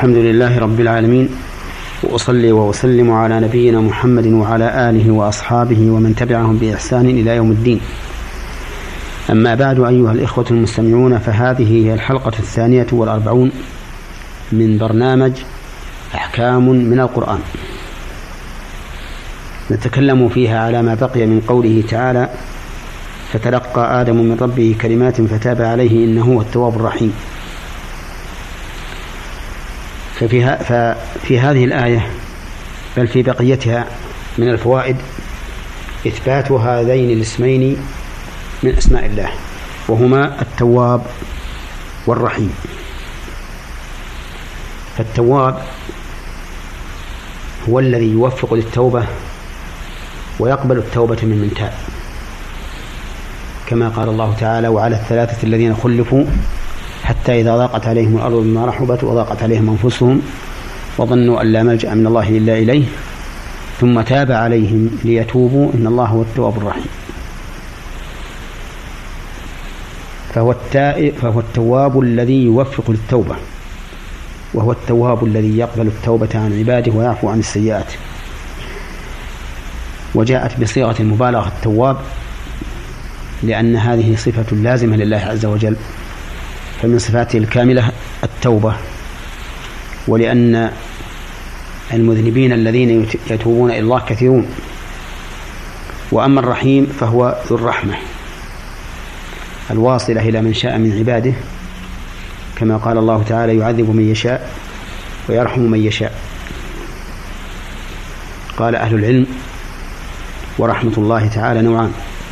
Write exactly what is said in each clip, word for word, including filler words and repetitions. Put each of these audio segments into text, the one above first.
الحمد لله رب العالمين، وأصلي وأسلم على نبينا محمد وعلى آله وأصحابه ومن تبعهم بإحسان إلى يوم الدين. أما بعد، أيها الإخوة المستمعون، فهذه هي الحلقة الثانية والأربعون من برنامج أحكام من القرآن، نتكلم فيها على ما بقي من قوله تعالى: فتلقى آدم من ربه كلمات فتاب عليه إنه هو التواب الرحيم. ففي, ففي هذه الآية بل في بقيتها من الفوائد إثبات هذين الاسمين من أسماء الله، وهما التواب والرحيم. فالتواب هو الذي يوفق للتوبة ويقبل التوبة من من تاب، كما قال الله تعالى: وعلى الثلاثة الذين خلفوا حتى إذا ضاقت عليهم الأرض بما رحبت وضاقت عليهم أنفسهم وظنوا أن لا ملجأ من الله إلا إليه ثم تاب عليهم ليتوبوا إن الله هو التواب الرحيم. فهو, التائب فهو التواب الذي يوفق للتوبة، وهو التواب الذي يقبل التوبة عن عباده ويعفو عن السيئات. وجاءت بصيغة المبالغة التواب لأن هذه صفة لازمة لله عز وجل، فمن صفاته الكاملة التوبة، ولأن المذنبين الذين يتوبون إلى الله كثيرون. وأما الرحيم فهو ذو الرحمة الواصلة إلى من شاء من عباده، كما قال الله تعالى: يعذب من يشاء ويرحم من يشاء. قال أهل العلم: ورحمة الله تعالى نوعان،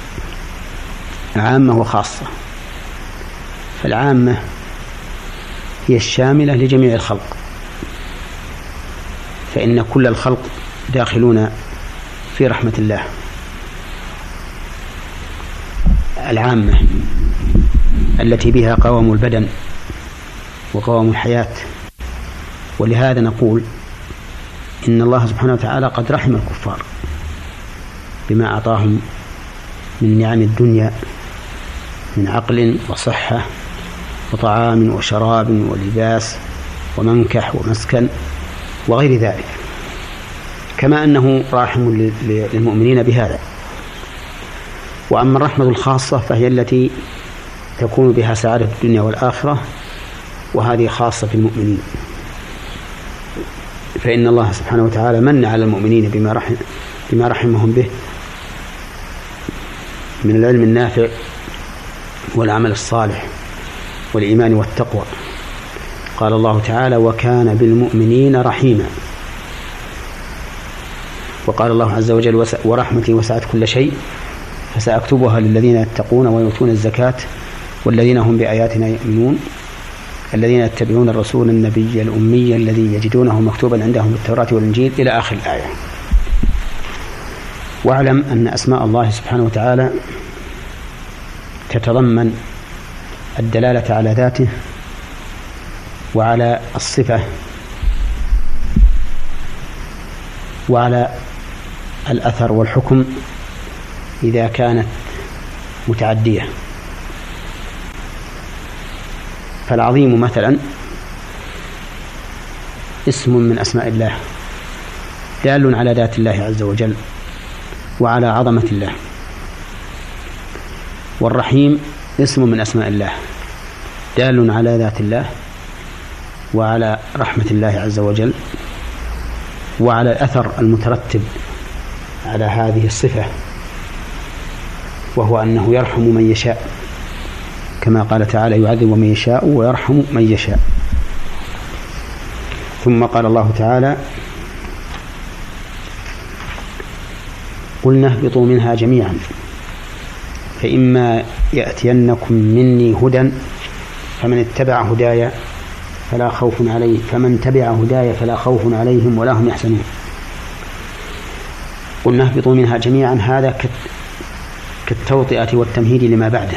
عامة وخاصة. فالعامة هي الشاملة لجميع الخلق، فإن كل الخلق داخلون في رحمة الله. العامة التي بها قوام البدن وقوام الحياة. ولهذا نقول إن الله سبحانه وتعالى قد رحم الكفار بما أعطاهم من نعم الدنيا من عقل وصحة وطعام وشراب ولباس ومنكح ومسكن وغير ذلك، كما أنه راحم للمؤمنين بهذا. وأما الرحمة الخاصة فهي التي تكون بها سعادة الدنيا والآخرة، وهذه خاصة بالمؤمنين، فإن الله سبحانه وتعالى من على المؤمنين بما رحم بما رحمهم به من العلم النافع والعمل الصالح والإيمان والتقوى. قال الله تعالى: وكان بالمؤمنين رحيما. وقال الله عز وجل: ورحمتي وسعت كل شيء فسأكتبها للذين يتقون ويؤتون الزكاة والذين هم بآياتنا يؤمنون الذين يتبعون الرسول النبي الأمي الذي يجدونه مكتوبا عندهم بالتوراة والإنجيل إلى آخر الآية. واعلم أن أسماء الله سبحانه وتعالى تتضمن الدلالة على ذاته وعلى الصفة وعلى الأثر والحكم إذا كانت متعدية. فالعظيم مثلا اسم من أسماء الله دال على ذات الله عز وجل وعلى عظمة الله. والرحيم اسم من أسماء الله دال على ذات الله وعلى رحمة الله عز وجل وعلى الأثر المترتب على هذه الصفة، وهو أنه يرحم من يشاء، كما قال تعالى: يعذب من يشاء ويرحم من يشاء. ثم قال الله تعالى: قلنا اهبطوا منها جميعا فإما يأتينكم مني هدى فمن اتبع هدايا فلا خوف عليه فمن تبع هدايا فلا خوف عليهم ولا هم يحزنون. قلنا اهبطوا منها جميعا، هذا كالتوطئة والتمهيد لما بعده،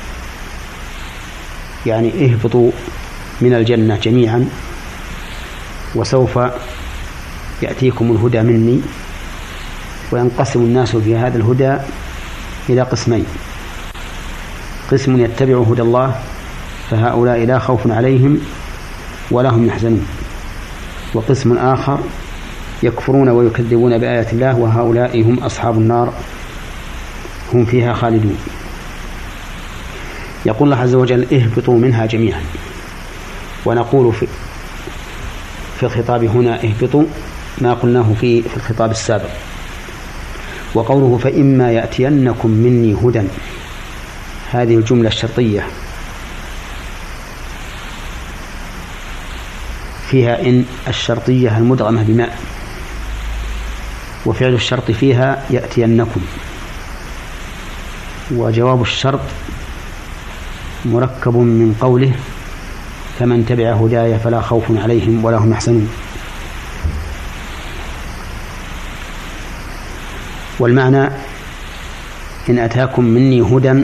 يعني اهبطوا من الجنة جميعا وسوف يأتيكم الهدى مني. وينقسم الناس في هذا الهدى إلى قسمين: قسم يتبع هدى الله فهؤلاء لا خوف عليهم ولا هم يحزنون، وقسم آخر يكفرون ويكذبون بآيات الله وهؤلاء هم أصحاب النار هم فيها خالدون. يقول الله عز وجل اهبطوا منها جميعا، ونقول في في الخطاب هنا اهبطوا ما قلناه في في الخطاب السابق. وقوله فإما يأتينكم مني هدى، هذه الجملة الشرطية فيها إن الشرطية المدغمة بماء، وفعل الشرط فيها يأتينكم، وجواب الشرط مركب من قوله فمن تبع هداي فلا خوف عليهم ولا هم يحزنون. والمعنى إن أتاكم مني هدى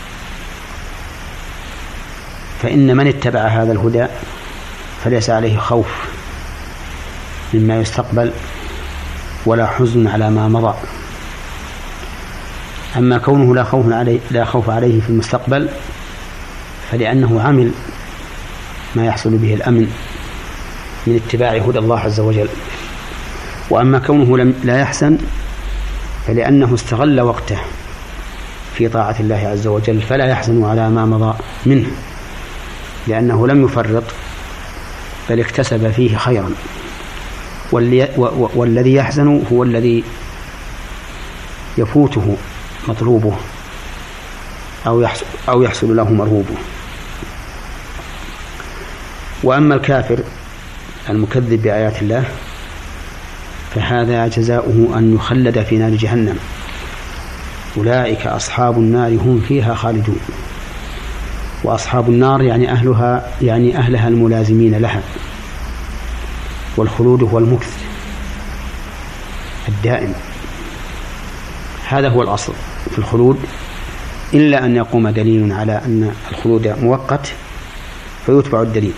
فإن من اتبع هذا الهدى فليس عليه خوف مما يستقبل ولا حزن على ما مضى. أما كونه لا خوف عليه لا خوف عليه في المستقبل فلأنه عمل ما يحصل به الأمن من اتباع هدى الله عز وجل. وأما كونه لم لا يحزن فلأنه استغل وقته في طاعة الله عز وجل فلا يحزن على ما مضى منه، لأنه لم يفرط بل اكتسب فيه خيرا. والذي يحزن هو الذي يفوته مطلوبه أو يحصل, أو يحصل له مرهوبه. وأما الكافر المكذب بآيات الله فهذا جزاؤه أن يخلد في نار جهنم، أولئك أصحاب النار هم فيها خالدون. وأصحاب النار يعني أهلها يعني أهلها الملازمين لها، والخلود هو المكث الدائم، هذا هو الأصل في الخلود، إلا أن يقوم دليل على أن الخلود مؤقت فيتبع الدليل.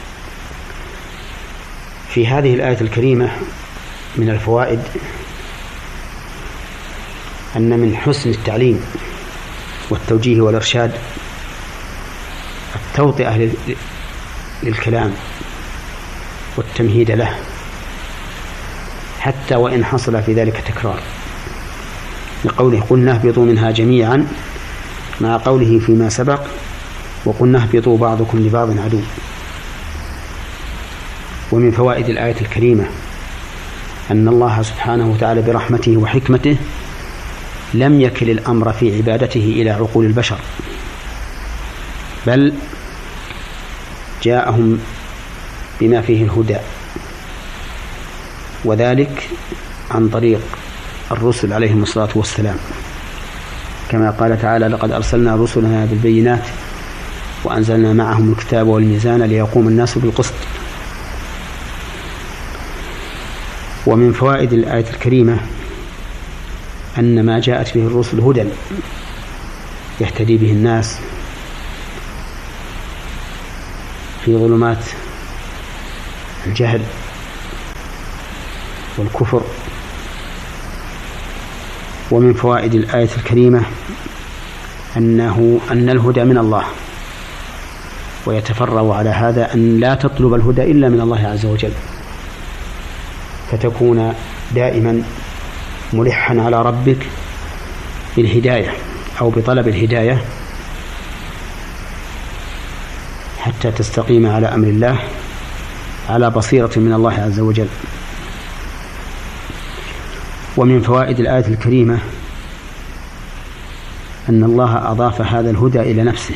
في هذه الآية الكريمة من الفوائد أن من حسن التعليم والتوجيه والإرشاد التوطئة للكلام والتمهيد له، حتى وإن حصل في ذلك تكرار، لقوله قلنا اهبطوا منها جميعا، مع قوله فيما سبق وقلنا اهبطوا بعضكم لبعض عدو. ومن فوائد الآية الكريمة أن الله سبحانه وتعالى برحمته وحكمته لم يكل الأمر في عبادته إلى عقول البشر، بل جاءهم بما فيه الهدى، وذلك عن طريق الرسل عليهم الصلاة والسلام، كما قال تعالى لقد أرسلنا رسلنا بالبينات وأنزلنا معهم الكتاب والميزان ليقوم الناس بالقسط. ومن فوائد الآية الكريمة أن ما جاءت به الرسل هدى يهتدي به الناس في ظلمات الجهل والكفر. ومن فوائد الآية الكريمة أنه أن الهدى من الله، ويتفرع على هذا أن لا تطلب الهدى إلا من الله عز وجل، فتكون دائما ملحا على ربك بالهداية أو بطلب الهداية حتى تستقيم على أمر الله على بصيرة من الله عز وجل. ومن فوائد الآية الكريمة أن الله أضاف هذا الهدى إلى نفسه،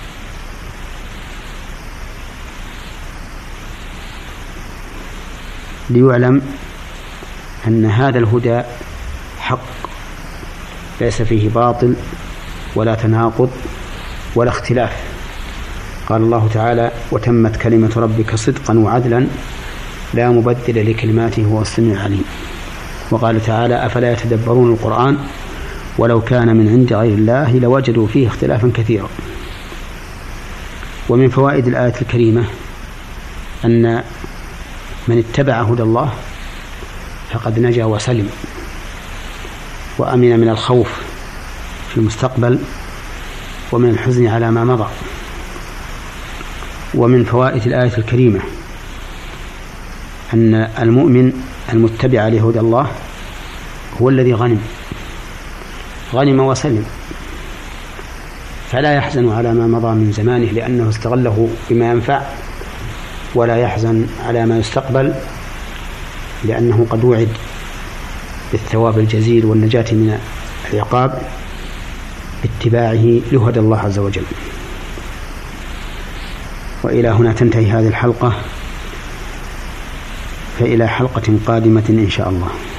ليعلم أن هذا الهدى حق ليس فيه باطل ولا تناقض ولا اختلاف. قال الله تعالى وتمت كلمة ربك صدقا وعدلا لا مبدل لكلماته هو السميع العليم. وقال تعالى أفلا يتدبرون القرآن ولو كان من عند غير الله لوجدوا فيه اختلافا كثيرا. ومن فوائد الآية الكريمة أن من اتبع هدى الله فقد نجا وسلم وأمن من الخوف في المستقبل ومن الحزن على ما مضى. ومن فوائد الآية الكريمة أن المؤمن المتبع لهدى الله هو الذي غنم غنم وسلم، فلا يحزن على ما مضى من زمانه لأنه استغله بما ينفع، ولا يحزن على ما يستقبل لأنه قد وعد بالثواب الجزيل والنجاة من العقاب باتباعه لهدى الله عز وجل. وإلى هنا تنتهي هذه الحلقة، فإلى حلقة قادمة إن شاء الله.